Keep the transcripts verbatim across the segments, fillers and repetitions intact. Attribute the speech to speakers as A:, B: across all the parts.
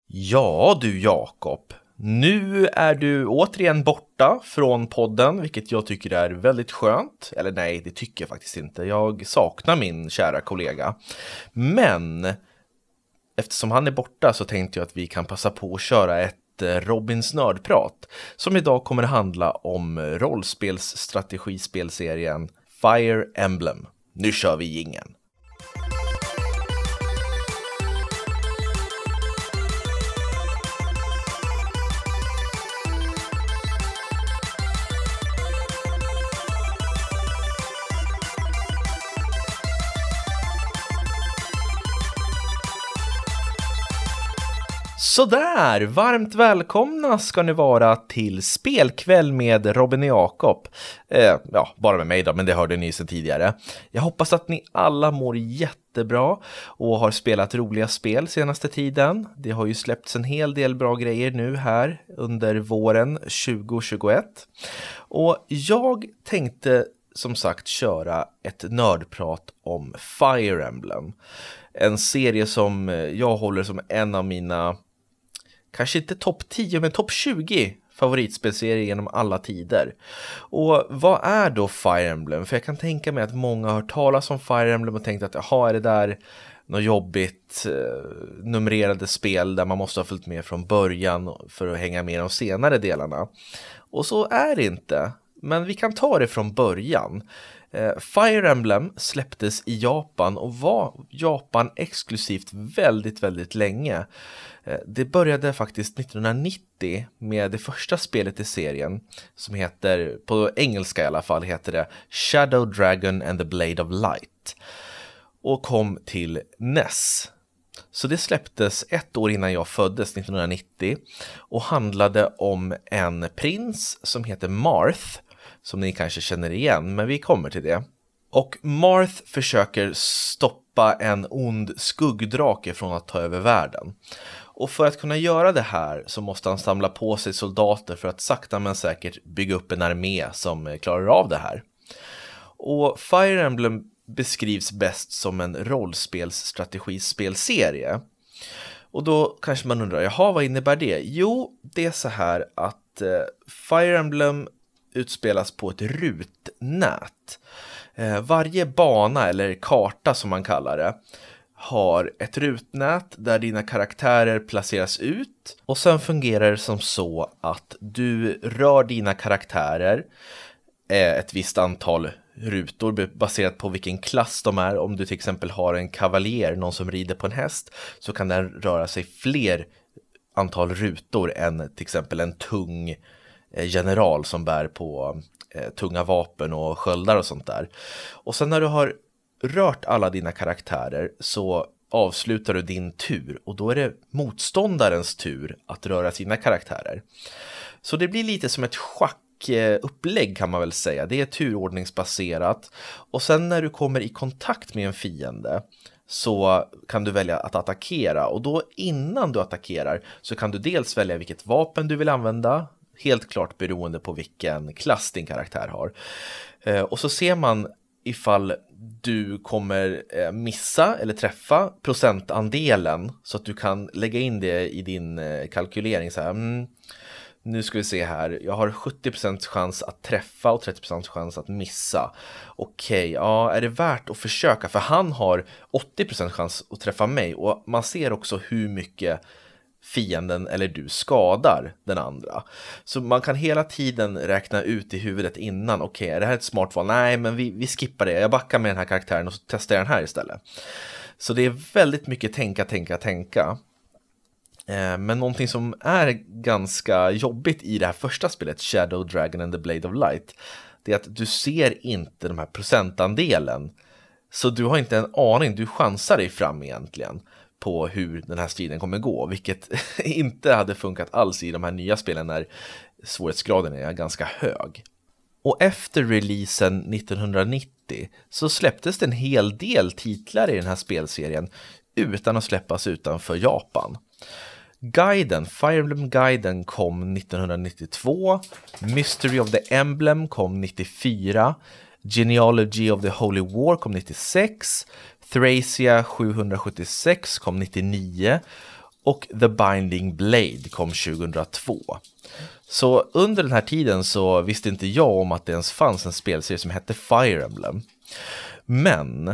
A: Ja du Jakob, nu är du återigen borta från podden, vilket jag tycker är väldigt skönt. Eller nej, det tycker jag faktiskt inte. Jag saknar min kära kollega. Men eftersom han är borta så tänkte jag att vi kan passa på att köra ett Robins nördprat som idag kommer att handla om rollspelsstrategispelserien Fire Emblem. Nu kör vi jingeln. Sådär, varmt välkomna ska ni vara till spelkväll med Robin och Jakob. Eh, ja, bara med mig då, men det hörde ni sedan tidigare. Jag hoppas att ni alla mår jättebra och har spelat roliga spel senaste tiden. Det har ju släppts en hel del bra grejer nu här under våren tjugo tjugoett. Och jag tänkte som sagt köra ett nördprat om Fire Emblem. En serie som jag håller som en av mina, kanske inte topp tio, men topp tjugo favoritspelserier genom alla tider. Och vad är då Fire Emblem? För jag kan tänka mig att många har hört talas om Fire Emblem och tänkt att jaha, är det där något jobbigt eh, numrerade spel där man måste ha följt med från början för att hänga med de senare delarna. Och så är det inte. Men vi kan ta det från början. Fire Emblem släpptes i Japan och var Japan exklusivt väldigt, väldigt länge. Det började faktiskt nittonhundranittio med det första spelet i serien som heter, på engelska i alla fall, heter det Shadow Dragon and the Blade of Light och kom till N E S. Så det släpptes ett år innan jag föddes, nittonhundranittio, och handlade om en prins som heter Marth, som ni kanske känner igen, men vi kommer till det. Och Marth försöker stoppa en ond skuggdrake från att ta över världen. Och för att kunna göra det här så måste han samla på sig soldater för att sakta men säkert bygga upp en armé som klarar av det här. Och Fire Emblem beskrivs bäst som en rollspelsstrategispelserie. Och då kanske man undrar, jaha, vad innebär det? Jo, det är så här att eh, Fire Emblem utspelas på ett rutnät. Eh, varje bana eller karta som man kallar det har ett rutnät där dina karaktärer placeras ut, och sen fungerar det som så att du rör dina karaktärer eh, ett visst antal rutor baserat på vilken klass de är. Om du till exempel har en kavaljer, någon som rider på en häst, så kan den röra sig fler antal rutor än till exempel en tung general som bär på eh, tunga vapen och sköldar och sånt där. Och sen när du har rört alla dina karaktärer så avslutar du din tur, och då är det motståndarens tur att röra sina karaktärer. Så det blir lite som ett schackupplägg kan man väl säga. Det är turordningsbaserat, och sen när du kommer i kontakt med en fiende så kan du välja att attackera, och då innan du attackerar så kan du dels välja vilket vapen du vill använda, helt klart beroende på vilken klass din karaktär har. Eh, och så ser man ifall du kommer eh, missa eller träffa procentandelen, så att du kan lägga in det i din eh, kalkylering. Så här, mm, nu ska vi se här. Jag har sjuttio procent chans att träffa och trettio procent chans att missa. Okej, ja, är det värt att försöka? För han har åttio procent chans att träffa mig, och man ser också hur mycket fienden eller du skadar den andra. Så man kan hela tiden räkna ut i huvudet innan, okej, okay, är det här ett smart val? Nej, men vi, vi skippar det. Jag backar med den här karaktären och så testar jag den här istället. Så det är väldigt mycket tänka, tänka, tänka. Eh, men någonting som är ganska jobbigt i det här första spelet, Shadow Dragon and the Blade of Light, det är att du ser inte de här procentandelen. Så du har inte en aning, du chansar dig fram egentligen på hur den här striden kommer gå, vilket inte hade funkat alls i de här nya spelen när svårighetsgraden är ganska hög. Och efter releasen nittonhundranittio så släpptes det en hel del titlar i den här spelserien utan att släppas utanför Japan. Guiden, Fire Emblem-guiden kom nittonhundranittiotvå, Mystery of the Emblem kom nittiofyra, Genealogy of the Holy War kom nittiosex, Thracia sjuhundrasjuttiosex kom nittionio och The Binding Blade kom tjugohundratvå. Så under den här tiden så visste inte jag om att det ens fanns en spelserie som hette Fire Emblem. Men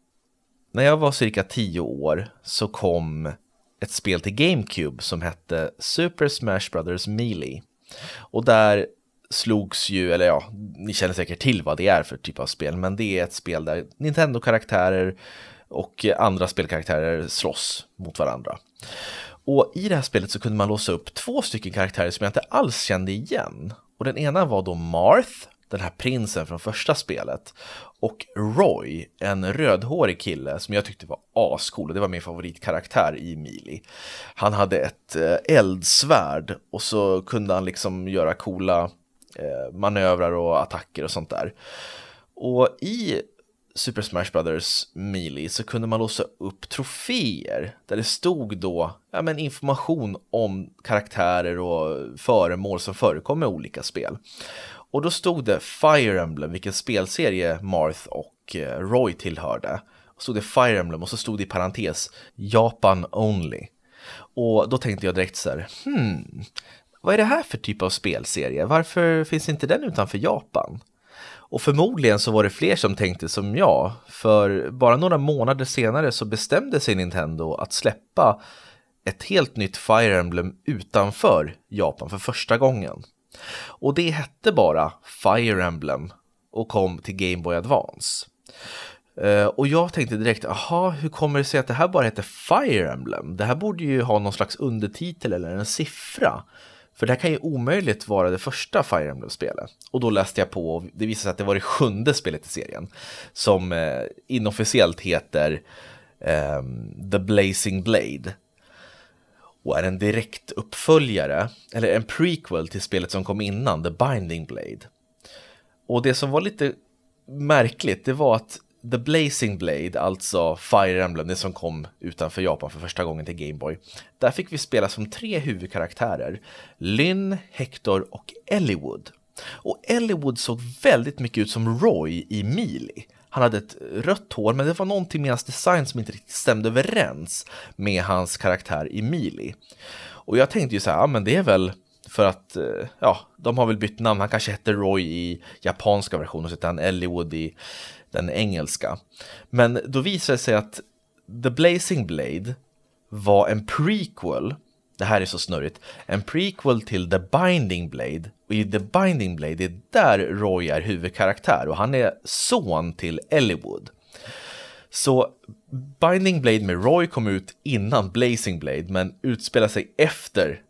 A: när jag var cirka tio år så kom ett spel till GameCube som hette Super Smash Bros. Melee. Och där slogs ju, eller ja, ni känner säkert till vad det är för typ av spel, men det är ett spel där Nintendo-karaktärer och andra spelkaraktärer slåss mot varandra. Och i det här spelet så kunde man låsa upp två stycken karaktärer som jag inte alls kände igen. Och den ena var då Marth, den här prinsen från första spelet, och Roy, en rödhårig kille som jag tyckte var ascool, och det var min favoritkaraktär i Melee. Han hade ett eh, eldsvärd och så kunde han liksom göra coola eh, manövrar och attacker och sånt där. Och i Super Smash Bros. Melee så kunde man låsa upp troféer där det stod då ja, men information om karaktärer och föremål som förekommer i olika spel. Och då stod det Fire Emblem, vilken spelserie Marth och Roy tillhörde. Och stod det Fire Emblem och så stod det i parentes Japan Only. Och då tänkte jag direkt så här, hmm, vad är det här för typ av spelserie? Varför finns inte den utanför Japan? Och förmodligen så var det fler som tänkte som jag, för bara några månader senare så bestämde sig Nintendo att släppa ett helt nytt Fire Emblem utanför Japan för första gången. Och det hette bara Fire Emblem och kom till Game Boy Advance. Uh, och jag tänkte direkt, aha, hur kommer det sig att det här bara heter Fire Emblem? Det här borde ju ha någon slags undertitel eller en siffra. För det här kan ju omöjligt vara det första Fire Emblem-spelet. Och då läste jag på, och det visade sig att det var det sjunde spelet i serien. Som eh, inofficiellt heter eh, The Blazing Blade. Och är en direkt uppföljare, eller en prequel till spelet som kom innan, The Binding Blade. Och det som var lite märkligt, det var att The Blazing Blade, alltså Fire Emblem, det som kom utanför Japan för första gången till Game Boy. Där fick vi spela som tre huvudkaraktärer, Lyn, Hector och Eliwood. Och Eliwood såg väldigt mycket ut som Roy i Melee. Han hade ett rött hår, men det var någonting med hans design som inte riktigt stämde överens med hans karaktär i Melee. Och jag tänkte ju så här, ja men det är väl för att, ja, de har väl bytt namn. Han kanske hette Roy i japanska versionen och så heter han Eliwood i den engelska. Men då visade det sig att The Blazing Blade var en prequel. Det här är så snurrigt. En prequel till The Binding Blade. Och i The Binding Blade, det är där Roy är huvudkaraktär. Och han är son till Eliwood. Så Binding Blade med Roy kom ut innan Blazing Blade, men utspelar sig efter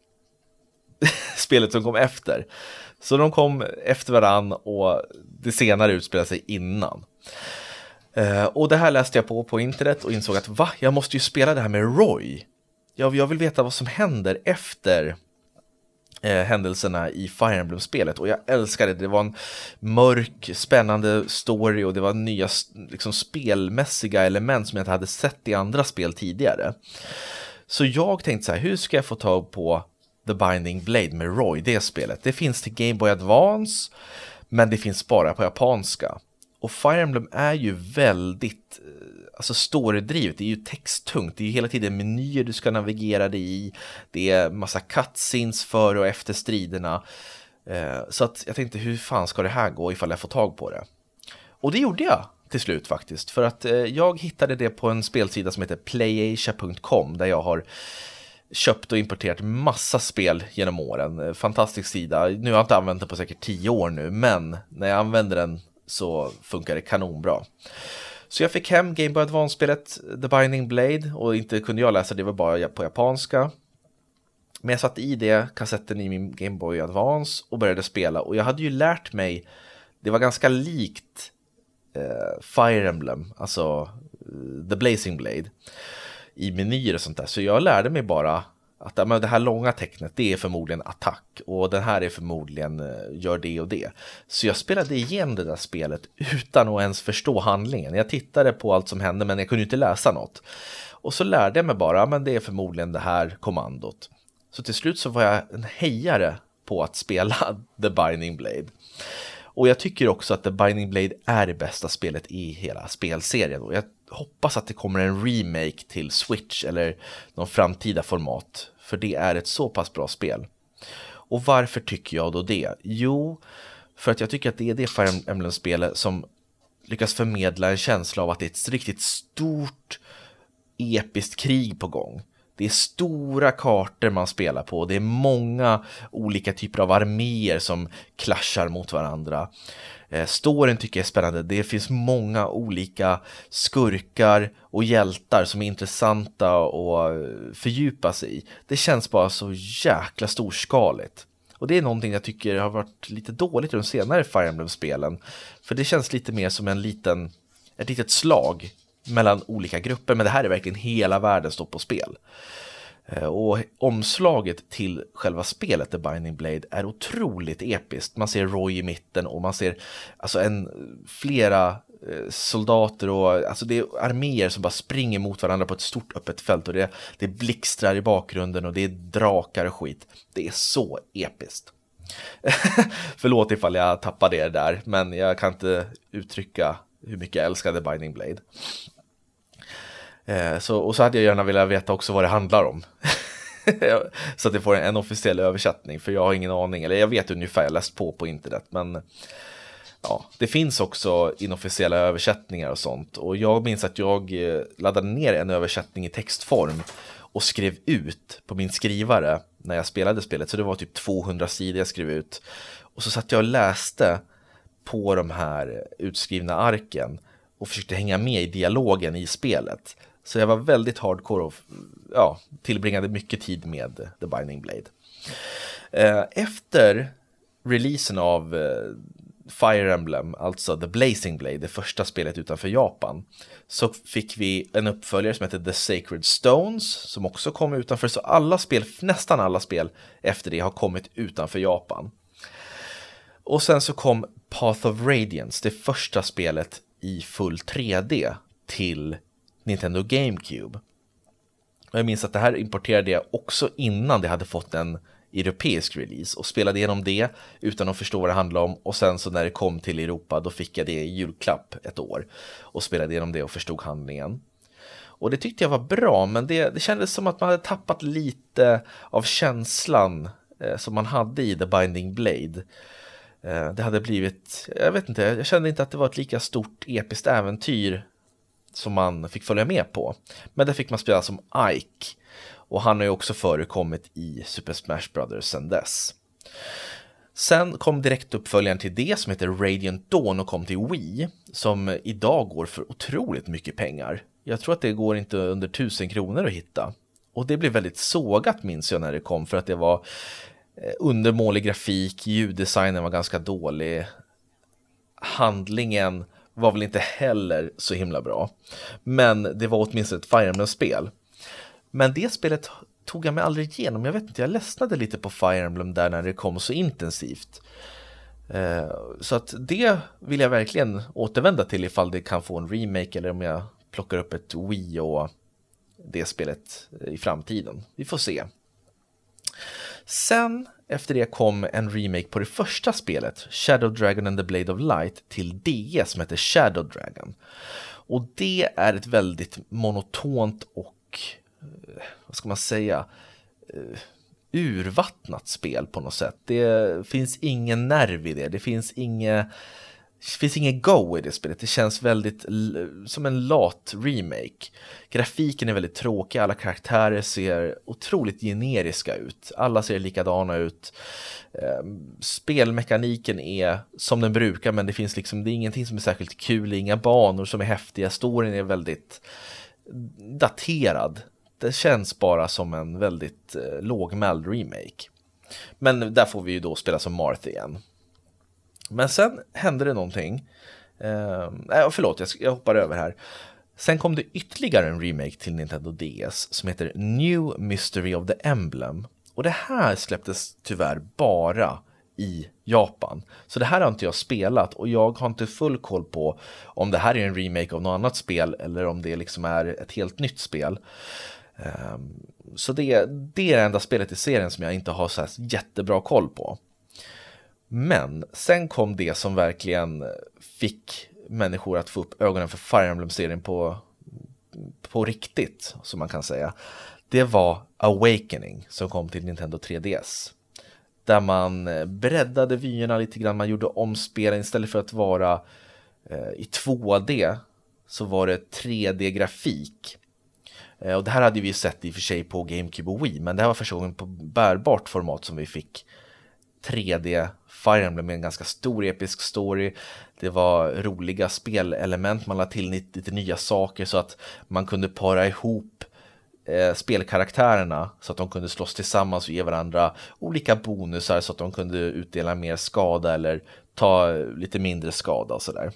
A: spelet som kom efter. Så de kom efter varann och det senare utspelar sig innan. Uh, och det här läste jag på på internet och insåg att va, jag måste ju spela det här med Roy. Jag, jag vill veta vad som händer efter uh, händelserna i Fire Emblem-spelet. Och jag älskade det. Det var en mörk, spännande story och det var nya liksom, spelmässiga element som jag inte hade sett i andra spel tidigare. Så jag tänkte så här, hur ska jag få tag på The Binding Blade med Roy, det spelet? Det finns till Game Boy Advance, men det finns bara på japanska. Och Fire Emblem är ju väldigt alltså storydrivet, det är ju texttungt, det är ju hela tiden menyer du ska navigera dig i, det är massa cutscenes före och efter striderna. Så att jag tänkte, hur fan ska det här gå ifall jag får tag på det? Och det gjorde jag till slut faktiskt, för att jag hittade det på en spelsida som heter playasia punkt com där jag har köpt och importerat massa spel genom åren. Fantastisk sida. Nu har jag inte använt den på säkert tio år nu, men när jag använder den så funkar det kanonbra. Så jag fick hem Game Boy Advance-spelet The Binding Blade och inte kunde jag läsa det, var bara på japanska. Men jag satte i det, kassetten i min Game Boy Advance och började spela. Och jag hade ju lärt mig, det var ganska likt eh, Fire Emblem, alltså uh, The Blazing Blade, i menyer och sånt där. Så jag lärde mig bara att men det här långa tecknet, det är förmodligen attack. Och den här är förmodligen uh, gör det och det. Så jag spelade igen det där spelet utan att ens förstå handlingen. Jag tittade på allt som hände men jag kunde inte läsa något. Och så lärde jag mig bara, men det är förmodligen det här kommandot. Så till slut så var jag en hejare på att spela The Binding Blade. Och jag tycker också att The Binding Blade är det bästa spelet i hela spelserien. Och jag hoppas att det kommer en remake till Switch eller någon framtida format, för det är ett så pass bra spel. Och varför tycker jag då det? Jo, för att jag tycker att det är det Fire Emblem-spelet som lyckas förmedla en känsla av att det är ett riktigt stort episkt krig på gång. Det är stora kartor man spelar på. Det är många olika typer av arméer som clashar mot varandra. Eh, storyn tycker jag är spännande. Det finns många olika skurkar och hjältar som är intressanta att fördjupa sig i. Det känns bara så jäkla storskaligt. Och det är någonting jag tycker har varit lite dåligt i de senare Fire Emblem-spelen. För det känns lite mer som en liten, ett litet slag mellan olika grupper. Men det här är verkligen hela världen står på spel. Och omslaget till själva spelet The Binding Blade är otroligt episkt. Man ser Roy i mitten och man ser alltså en, flera soldater och alltså det är arméer som bara springer mot varandra på ett stort öppet fält. Och det, det blixtrar i bakgrunden och det är drakar och skit. Det är så episkt. Förlåt ifall jag tappade det där, men jag kan inte uttrycka hur mycket jag älskade Binding Blade. Eh, så, och så hade jag gärna velat veta också vad det handlar om. Så att det får en, en officiell översättning, för jag har ingen aning. Eller jag vet ungefär, jag läst på på internet. Men ja, det finns också inofficiella översättningar och sånt. Och jag minns att jag laddade ner en översättning i textform och skrev ut på min skrivare när jag spelade spelet. Så det var typ tvåhundra sidor jag skrev ut. Och så satt jag och läste på de här utskrivna arken och försökte hänga med i dialogen i spelet. Så jag var väldigt hardcore och ja, tillbringade mycket tid med The Binding Blade. Efter releasen av Fire Emblem, alltså The Blazing Blade, det första spelet utanför Japan, så fick vi en uppföljare som heter The Sacred Stones, som också kom utanför. Så alla spel, nästan alla spel efter det har kommit utanför Japan. Och sen så kom Path of Radiance, det första spelet i full tre D till Nintendo GameCube. Och jag minns att det här importerade jag också innan det hade fått en europeisk release och spelade igenom det utan att förstå vad det handlade om. Och sen så när det kom till Europa, då fick jag det i julklapp ett år och spelade igenom det och förstod handlingen. Och det tyckte jag var bra, men det, det kändes som att man hade tappat lite av känslan eh, som man hade i The Binding Blade. Eh, det hade blivit, jag vet inte, jag kände inte att det var ett lika stort episkt äventyr som man fick följa med på. Men där fick man spela som Ike. Och han har ju också förekommit i Super Smash Brothers sedan dess. Sen kom direkt uppföljaren till det som heter Radiant Dawn och kom till Wii. Som idag går för otroligt mycket pengar. Jag tror att det går inte under tusen kronor att hitta. Och det blev väldigt sågat, minns jag, när det kom. För att det var undermålig grafik, ljuddesignen var ganska dålig. Handlingen var väl inte heller så himla bra. Men det var åtminstone ett Fire Emblem-spel. Men det spelet tog jag mig aldrig igenom. Jag vet inte, jag ledsnade lite på Fire Emblem där när det kom så intensivt. Eh, så att det vill jag verkligen återvända till ifall det kan få en remake eller om jag plockar upp ett Wii och det spelet i framtiden. Vi får se. Sen efter det kom en remake på det första spelet, Shadow Dragon and the Blade of Light, till D S som heter Shadow Dragon. Och det är ett väldigt monotont och, vad ska man säga, urvattnat spel på något sätt. Det finns ingen nerv i det. Det finns inget Det finns ingen go i det spelet. Det känns väldigt l- som en lat remake. Grafiken är väldigt tråkig. Alla karaktärer ser otroligt generiska ut. Alla ser likadana ut. Ehm, spelmekaniken är som den brukar, men det finns liksom, det är ingenting som är särskilt kul. Inga banor som är häftiga. Storyn är väldigt daterad. Det känns bara som en väldigt eh, lågmäld remake. Men där får vi ju då spela som Marth igen. Men sen hände det någonting. Eh, förlåt, jag, jag hoppar över här. Sen kom det ytterligare en remake till Nintendo D S som heter New Mystery of the Emblem. Och det här släpptes tyvärr bara i Japan. Så det här har inte jag spelat och jag har inte full koll på om det här är en remake av något annat spel eller om det liksom är ett helt nytt spel. Um, så det, det är det enda spelet i serien som jag inte har så här jättebra koll på. Men sen kom det som verkligen fick människor att få upp ögonen för Fire Emblem-serien på på riktigt, som man kan säga, det var Awakening som kom till Nintendo tre D S. Där man breddade vyerna lite grann, man gjorde om spelen istället för att vara eh, i två D så var det tre D-grafik. Eh, och det här hade vi sett i och för sig på GameCube och Wii, men det här var första gången på bärbart format som vi fick tre D Fire Emblem med en ganska stor episk story. Det var roliga spelelement, man lade till lite, lite nya saker så att man kunde para ihop eh, spelkaraktärerna så att de kunde slåss tillsammans och ge varandra olika bonusar så att de kunde utdela mer skada eller ta lite mindre skada och sådär.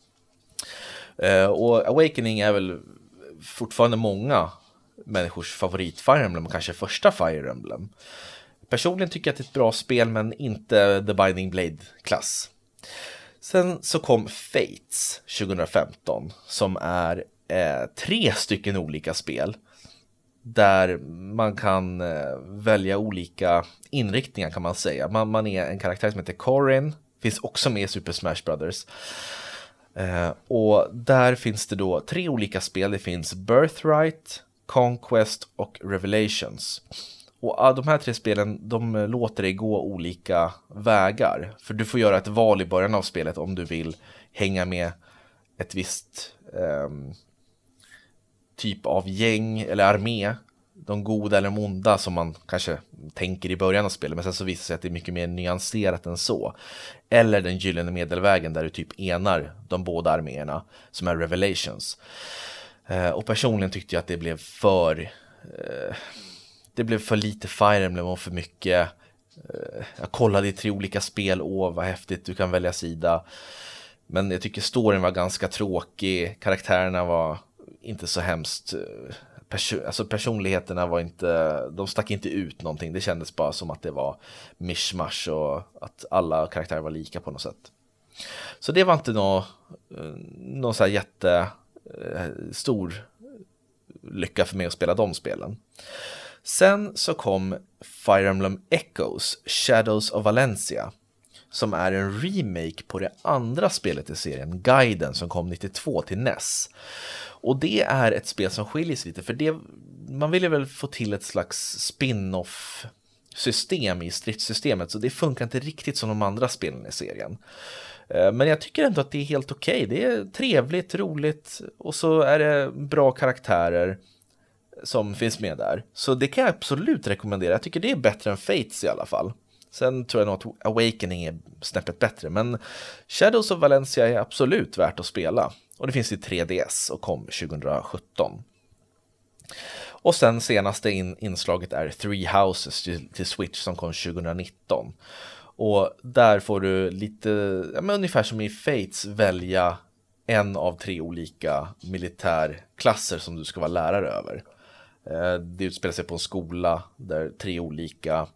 A: Eh, och Awakening är väl fortfarande många människors favorit Fire Emblem och kanske första Fire Emblem. Personligen tycker jag att det är ett bra spel, men inte The Binding Blade-klass. Sen så kom Fates tjugohundrafemton som är eh, tre stycken olika spel där man kan eh, välja olika inriktningar kan man säga. Man, man är en karaktär som heter Corrin, finns också med i Super Smash Brothers. Eh, och där finns det då tre olika spel. Det finns Birthright, Conquest och Revelations. Och de här tre spelen, de låter dig gå olika vägar. För du får göra ett val i början av spelet om du vill hänga med ett visst eh, typ av gäng eller armé. De goda eller de onda som man kanske tänker i början av spelet. Men sen så visar det sig att det är mycket mer nyanserat än så. Eller den gyllene medelvägen där du typ enar de båda arméerna som är Revelations. Eh, och personligen tyckte jag att det blev för... Eh, Det blev för lite Fire Emblem och för mycket. Jag kollade i tre olika spel. Åh, vad häftigt, du kan välja sida. Men jag tycker storyn var ganska tråkig. Karaktärerna var inte så hemskt. Perso- alltså personligheterna var inte... De stack inte ut någonting. Det kändes bara som att det var mishmash och att alla karaktärer var lika på något sätt. Så det var inte någon, någon så här jätte stor lycka för mig att spela de spelen. Sen så kom Fire Emblem Echoes, Shadows of Valencia, som är en remake på det andra spelet i serien, Gaiden, som kom nittiotvå till N E S. Och det är ett spel som skiljer sig lite, för det, man ville väl få till ett slags spin-off-system i stridssystemet, så det funkar inte riktigt som de andra spelen i serien. Men jag tycker ändå att det är helt okej. Det är trevligt, roligt och så är det bra karaktärer som finns med där. Så det kan jag absolut rekommendera. Jag tycker det är bättre än Fates i alla fall. Sen tror jag nog att Awakening är snäppet bättre. Men Shadows of Valencia är absolut värt att spela. Och det finns i tre D S och kom tjugosjutton. Och sen senaste in, inslaget är Three Houses till, till Switch som kom tjugonitton. Och där får du lite, ja, men ungefär som i Fates, välja en av tre olika militärklasser som du ska vara lärare över. Det utspelar sig på en skola där tre olika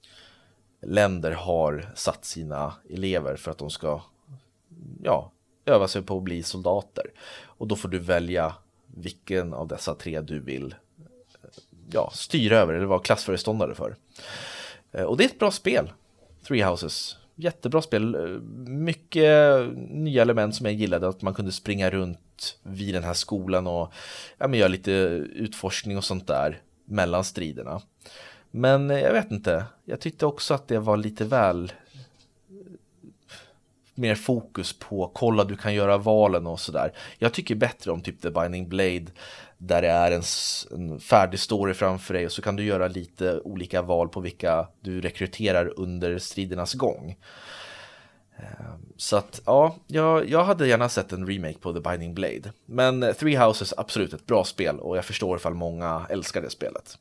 A: länder har satt sina elever för att de ska ja, öva sig på att bli soldater. Och då får du välja vilken av dessa tre du vill ja, styra över eller vara klassföreståndare för. Och det är ett bra spel, Three Houses. Jättebra spel, mycket nya element som jag gillade, att man kunde springa runt vid den här skolan och ja, men göra lite utforskning och sånt där mellan striderna. Men jag vet inte, jag tyckte också att det var lite väl mer fokus på kolla du kan göra valen och sådär. Jag tycker bättre om typ The Binding Blade där det är en, en färdig story framför dig och så kan du göra lite olika val på vilka du rekryterar under stridernas gång. Så att ja, jag, jag hade gärna sett en remake på The Binding Blade. Men Three Houses är absolut ett bra spel och jag förstår ifall många älskar det spelet.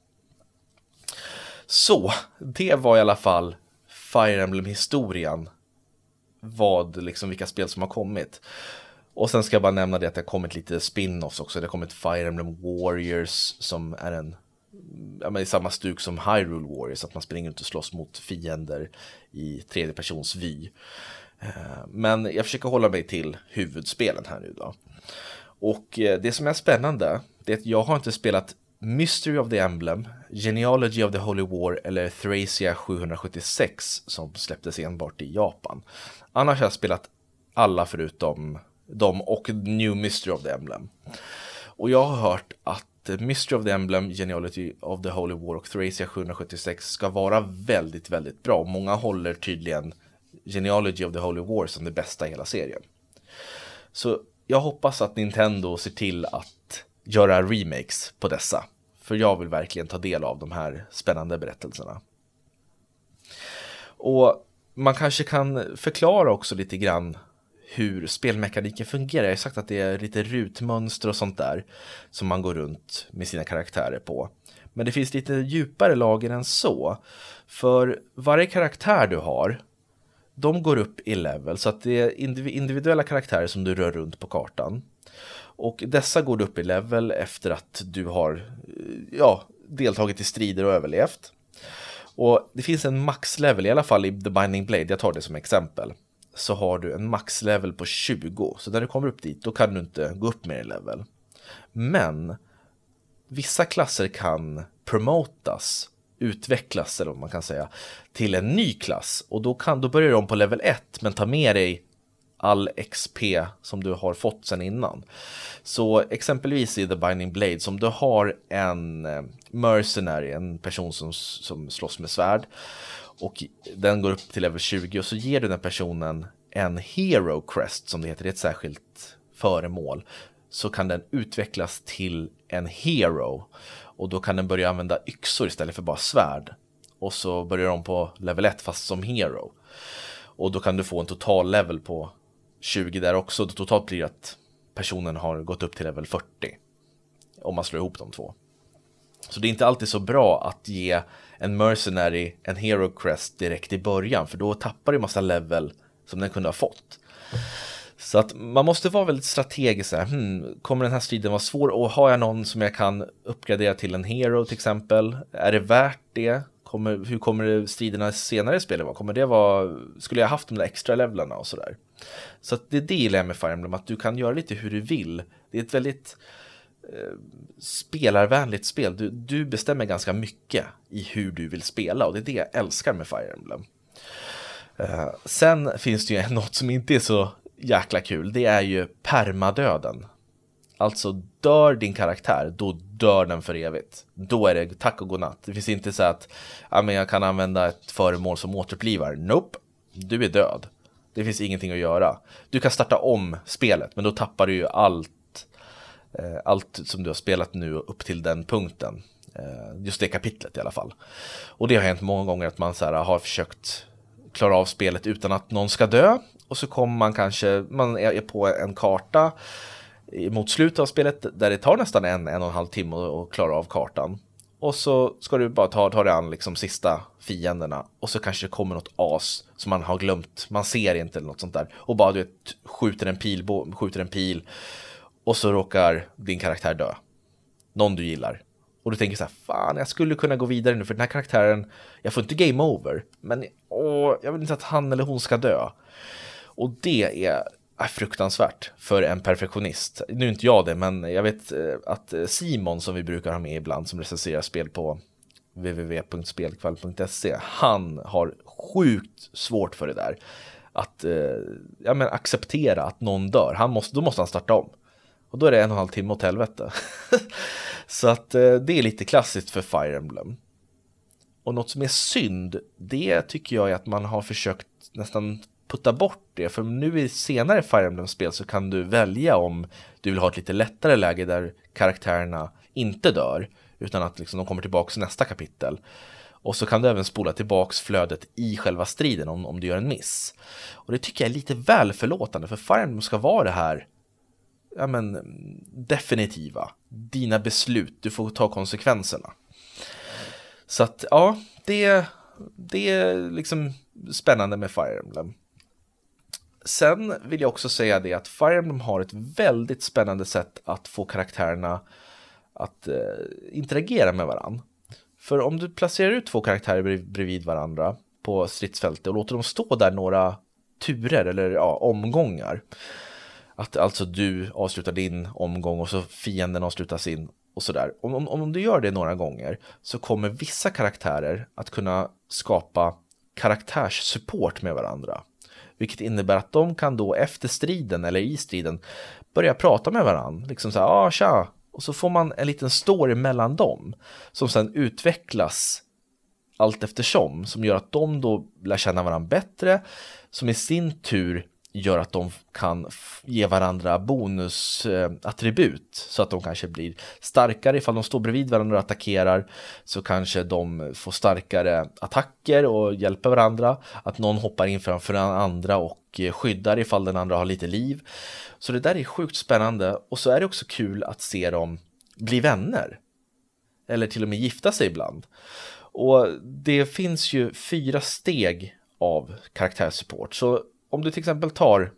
A: Så, det var i alla fall Fire Emblem-historien. Vad, liksom vilka spel som har kommit. Och sen ska jag bara nämna det att det har kommit lite spin-offs också. Det har kommit Fire Emblem Warriors som är en ja, men i samma stuk som Hyrule Warriors, att man springer ut och slåss mot fiender i tredje persons vy. Men jag försöker hålla mig till huvudspelen här nu då. Och det som är spännande det är att jag har inte spelat Mystery of the Emblem, Genealogy of the Holy War eller Thracia sjuhundrasjuttiosex som släpptes enbart i Japan. Annars har jag spelat alla förutom dem och New Mystery of the Emblem. Och jag har hört att Mystery of the Emblem, Genealogy of the Holy War och Thracia sjuhundrasjuttiosex ska vara väldigt, väldigt bra. Många håller tydligen Genealogy of the Holy War som det bästa i hela serien. Så jag hoppas att Nintendo ser till att göra remakes på dessa. För jag vill verkligen ta del av de här spännande berättelserna. Och man kanske kan förklara också lite grann hur spelmekaniken fungerar. Jag har sagt att det är lite rutmönster och sånt där som man går runt med sina karaktärer på. Men det finns lite djupare lager än så. För varje karaktär du har, de går upp i level, så att det är individuella karaktärer som du rör runt på kartan. Och dessa går upp i level efter att du har ja, deltagit i strider och överlevt. Och det finns en maxlevel, i alla fall i The Binding Blade, jag tar det som exempel. Så har du en maxlevel på tjugo, så när du kommer upp dit, då kan du inte gå upp mer i level. Men vissa klasser kan promotas, utvecklas eller vad man kan säga, till en ny klass. Och då, kan, då börjar du om på level ett, men ta med dig all X P som du har fått sedan innan. Så exempelvis i The Binding Blade, som du har en mercenary, en person som, som slåss med svärd, och den går upp till level tjugo, och så ger du den personen en hero crest, som det heter, det är ett särskilt föremål. Så kan den utvecklas till en hero, och då kan den börja använda yxor istället för bara svärd. Och så börjar de på level ett fast som hero. Och då kan du få en total level på tjugo där också. Då totalt blir det att personen har gått upp till level fyrtio om man slår ihop de två. Så det är inte alltid så bra att ge en mercenary en hero crest direkt i början, för då tappar du en massa level som den kunde ha fått. Så att man måste vara väldigt strategisk. Hmm, kommer den här striden vara svår? Och har jag någon som jag kan uppgradera till en hero till exempel? Är det värt det? Kommer, hur kommer striderna senare i spelet vara? Kommer det vara, skulle jag haft de där extra levlarna och sådär? Så att det är det jag gillar med Fire Emblem, att du kan göra lite hur du vill. Det är ett väldigt eh, spelarvänligt spel. Du, du bestämmer ganska mycket i hur du vill spela, och det är det jag älskar med Fire Emblem. Eh, sen finns det ju något som inte är så jäkla kul. Det är ju permadöden. Alltså dör din karaktär, då dör den för evigt. Då är det tack och godnatt. Det finns inte så att ja, men jag kan använda ett föremål som återupplivar. Nope, du är död. Det finns ingenting att göra. Du kan starta om spelet, men då tappar du ju allt eh, allt som du har spelat nu upp till den punkten. Eh, just det kapitlet i alla fall. Och det har hänt många gånger att man så här, har försökt klara av spelet utan att någon ska dö. Och så kommer man kanske, man är på en karta mot slutet av spelet där det tar nästan en, en och en halv timme att klara av kartan. Och så ska du bara ta, ta dig an liksom sista fienderna, och så kanske det kommer något as som man har glömt, man ser inte eller något sånt där, och bara du vet, skjuter en pil, skjuter en pil och så råkar din karaktär dö. Någon du gillar. Och du tänker så här, fan, jag skulle kunna gå vidare nu, för den här karaktären, jag får inte game over, men åh, jag vill inte att han eller hon ska dö. Och det är, är fruktansvärt för en perfektionist. Nu är inte jag det, men jag vet att Simon, som vi brukar ha med ibland, som recenserar spel på w w w punkt spelkvall punkt se, han har sjukt svårt för det där. Att ja, men acceptera att någon dör. Han måste, då måste han starta om. Och då är det en och en halv timme åt helvete. Så att det är lite klassiskt för Fire Emblem. Och något som är synd, det tycker jag är att man har försökt nästan putta bort det. För nu i senare Fire Emblem-spel så kan du välja om du vill ha ett lite lättare läge där karaktärerna inte dör, utan att liksom de kommer tillbaka i nästa kapitel. Och så kan du även spola tillbaks flödet i själva striden om, om du gör en miss. Och det tycker jag är lite väl förlåtande, för Fire Emblem ska vara det här, ja men, definitiva. Dina beslut, du får ta konsekvenserna. Så att, ja, det, det är liksom spännande med Fire Emblem. Sen vill jag också säga det att Fire Emblem har ett väldigt spännande sätt att få karaktärerna att eh, interagera med varann. För om du placerar ut två karaktärer bredvid varandra på stridsfältet och låter dem stå där några turer eller ja, omgångar, att alltså du avslutar din omgång och så fienden avslutar sin och sådär. Om, om, om du gör det några gånger så kommer vissa karaktärer att kunna skapa karaktärssupport med varandra. Vilket innebär att de kan då efter striden eller i striden börja prata med varandra. Liksom så här, ah tja, Och så får man en liten story mellan dem som sen utvecklas allt eftersom, som gör att de då lär känna varandra bättre, som i sin tur gör att de kan ge varandra bonusattribut så att de kanske blir starkare. Ifall de står bredvid varandra och attackerar så kanske de får starkare attacker och hjälper varandra. Att någon hoppar in framför den andra och skyddar ifall den andra har lite liv. Så det där är sjukt spännande, och så är det också kul att se dem bli vänner. Eller till och med gifta sig ibland. Och det finns ju fyra steg av karaktärsupport. Så om du till exempel tar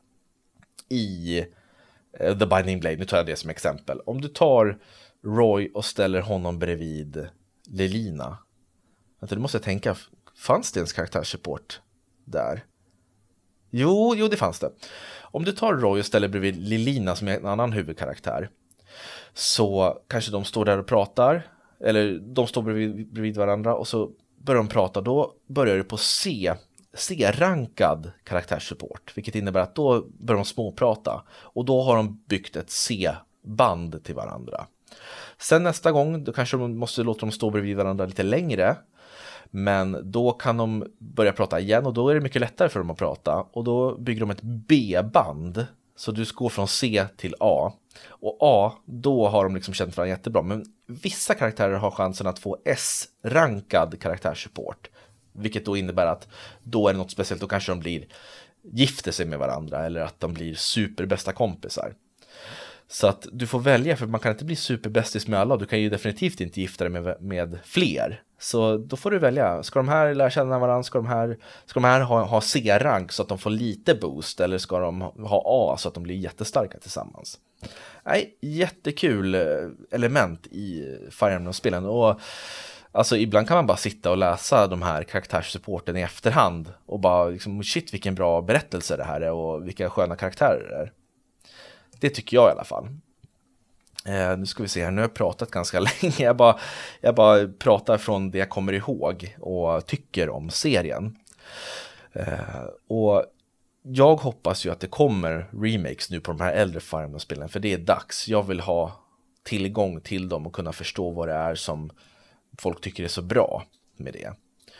A: i uh, The Binding Blade, nu tar jag det som exempel. Om du tar Roy och ställer honom bredvid Lelina. Vänta, du måste tänka, fanns det ens karaktärsupport där? Jo, jo, det fanns det. Om du tar Roy och ställer bredvid Lelina som är en annan huvudkaraktär, så kanske de står där och pratar, eller de står bredvid, bredvid varandra och så börjar de prata. Då börjar du på C, C-rankad karaktärssupport, vilket innebär att då börjar de småprata och då har de byggt ett C-band till varandra. Sen nästa gång, då kanske de måste låta dem stå bredvid varandra lite längre, men då kan de börja prata igen och då är det mycket lättare för dem att prata, och då bygger de ett B-band, så du går från C till A. Och A, då har de liksom känt varandra jättebra, men vissa karaktärer har chansen att få S-rankad karaktärssupport, vilket då innebär att då är det något speciellt, då kanske de blir gifter sig med varandra eller att de blir superbästa kompisar. Så att du får välja, för man kan inte bli superbästis med alla, du kan ju definitivt inte gifta dig med, med fler. Så då får du välja, ska de här lära känna varandra, ska de här, ska de här ha, ha C-rank så att de får lite boost, eller ska de ha A så att de blir jättestarka tillsammans. Nej, jättekul element i Fire Emblem-spelen, och alltså ibland kan man bara sitta och läsa de här karaktärssupporten i efterhand och bara liksom, shit vilken bra berättelse det här är och vilka sköna karaktärer det är. Det tycker jag i alla fall. Eh, nu ska vi se här, nu har jag pratat ganska länge. Jag bara, jag bara pratar från det jag kommer ihåg och tycker om serien. Eh, och jag hoppas ju att det kommer remakes nu på de här äldre Fire Emblem-spelen, för det är dags. Jag vill ha tillgång till dem och kunna förstå vad det är som folk tycker är så bra med det.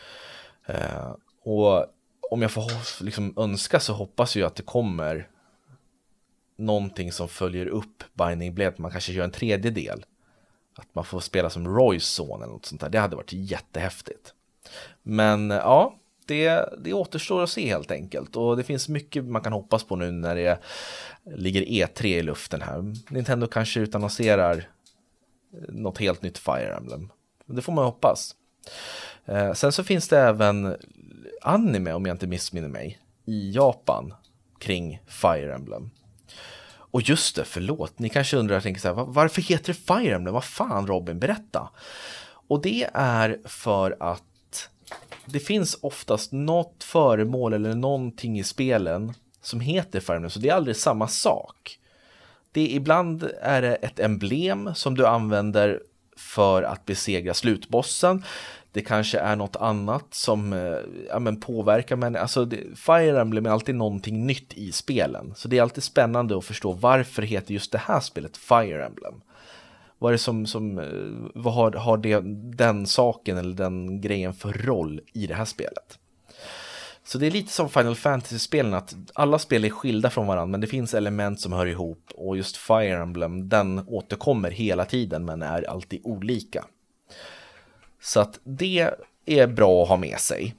A: Eh, och om jag får liksom önska, så hoppas jag att det kommer någonting som följer upp Binding Blade. Man kanske gör en tredje del, att man får spela som Roys son eller något sånt där. Det hade varit jättehäftigt. Men ja, det, det återstår att se helt enkelt. Och det finns mycket man kan hoppas på nu när det ligger E tre i luften här. Nintendo kanske utannonserar något helt nytt Fire Emblem. Det får man hoppas. Eh, sen så finns det även anime, om jag inte missminner mig, i Japan kring Fire Emblem. Och just det, förlåt, ni kanske undrar och tänker så här, varför heter det Fire Emblem? Vad fan, Robin, berätta. Och det är för att det finns oftast något föremål eller någonting i spelen som heter Fire Emblem, så det är aldrig samma sak. Det är, ibland är det ett emblem som du använder för att besegra slutbossen. Det kanske är något annat som ja, men påverkar, men alltså det, Fire Emblem är alltid någonting nytt i spelen. Så det är alltid spännande att förstå varför heter just det här spelet Fire Emblem. Vad är det som, som vad har, har det, den saken eller den grejen för roll i det här spelet? Så det är lite som Final Fantasy-spelen, att alla spel är skilda från varandra, men det finns element som hör ihop, och just Fire Emblem, den återkommer hela tiden men är alltid olika. Så att det är bra att ha med sig.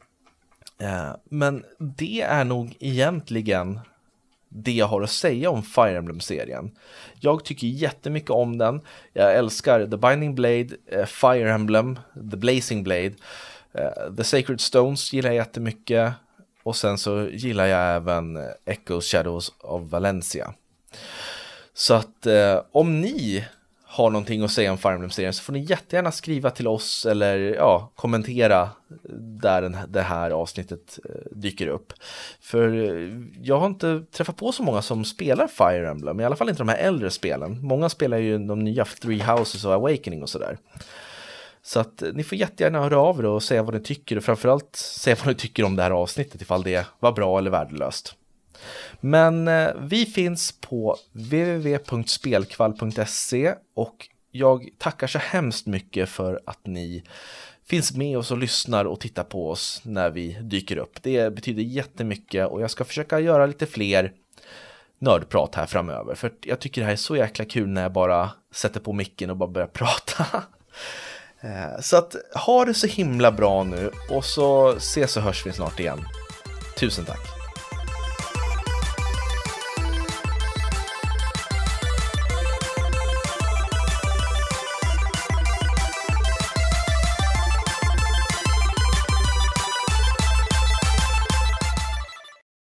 A: Men det är nog egentligen det jag har att säga om Fire Emblem-serien. Jag tycker jättemycket om den. Jag älskar The Binding Blade, Fire Emblem, The Blazing Blade. The Sacred Stones gillar jag jättemycket. Och sen så gillar jag även Echoes Shadows of Valencia. Så att eh, om ni har någonting att säga om Fire Emblem-serien, så får ni jättegärna skriva till oss eller ja, kommentera där den, det här avsnittet eh, dyker upp. För eh, jag har inte träffat på så många som spelar Fire Emblem, i alla fall inte de här äldre spelen. Många spelar ju de nya Three Houses och Awakening och sådär. Så att ni får jättegärna höra av er och säga vad ni tycker, och framförallt säga vad ni tycker om det här avsnittet, ifall det var bra eller värdelöst. Men eh, vi finns på w w w punkt spelkvall punkt se och jag tackar så hemskt mycket för att ni finns med oss och lyssnar och tittar på oss när vi dyker upp. Det betyder jättemycket och jag ska försöka göra lite fler nördprat här framöver. För jag tycker det här är så jäkla kul när jag bara sätter på micken och bara börjar prata. Så att ha det så himla bra nu och så ses och hörs vi snart igen. Tusen tack!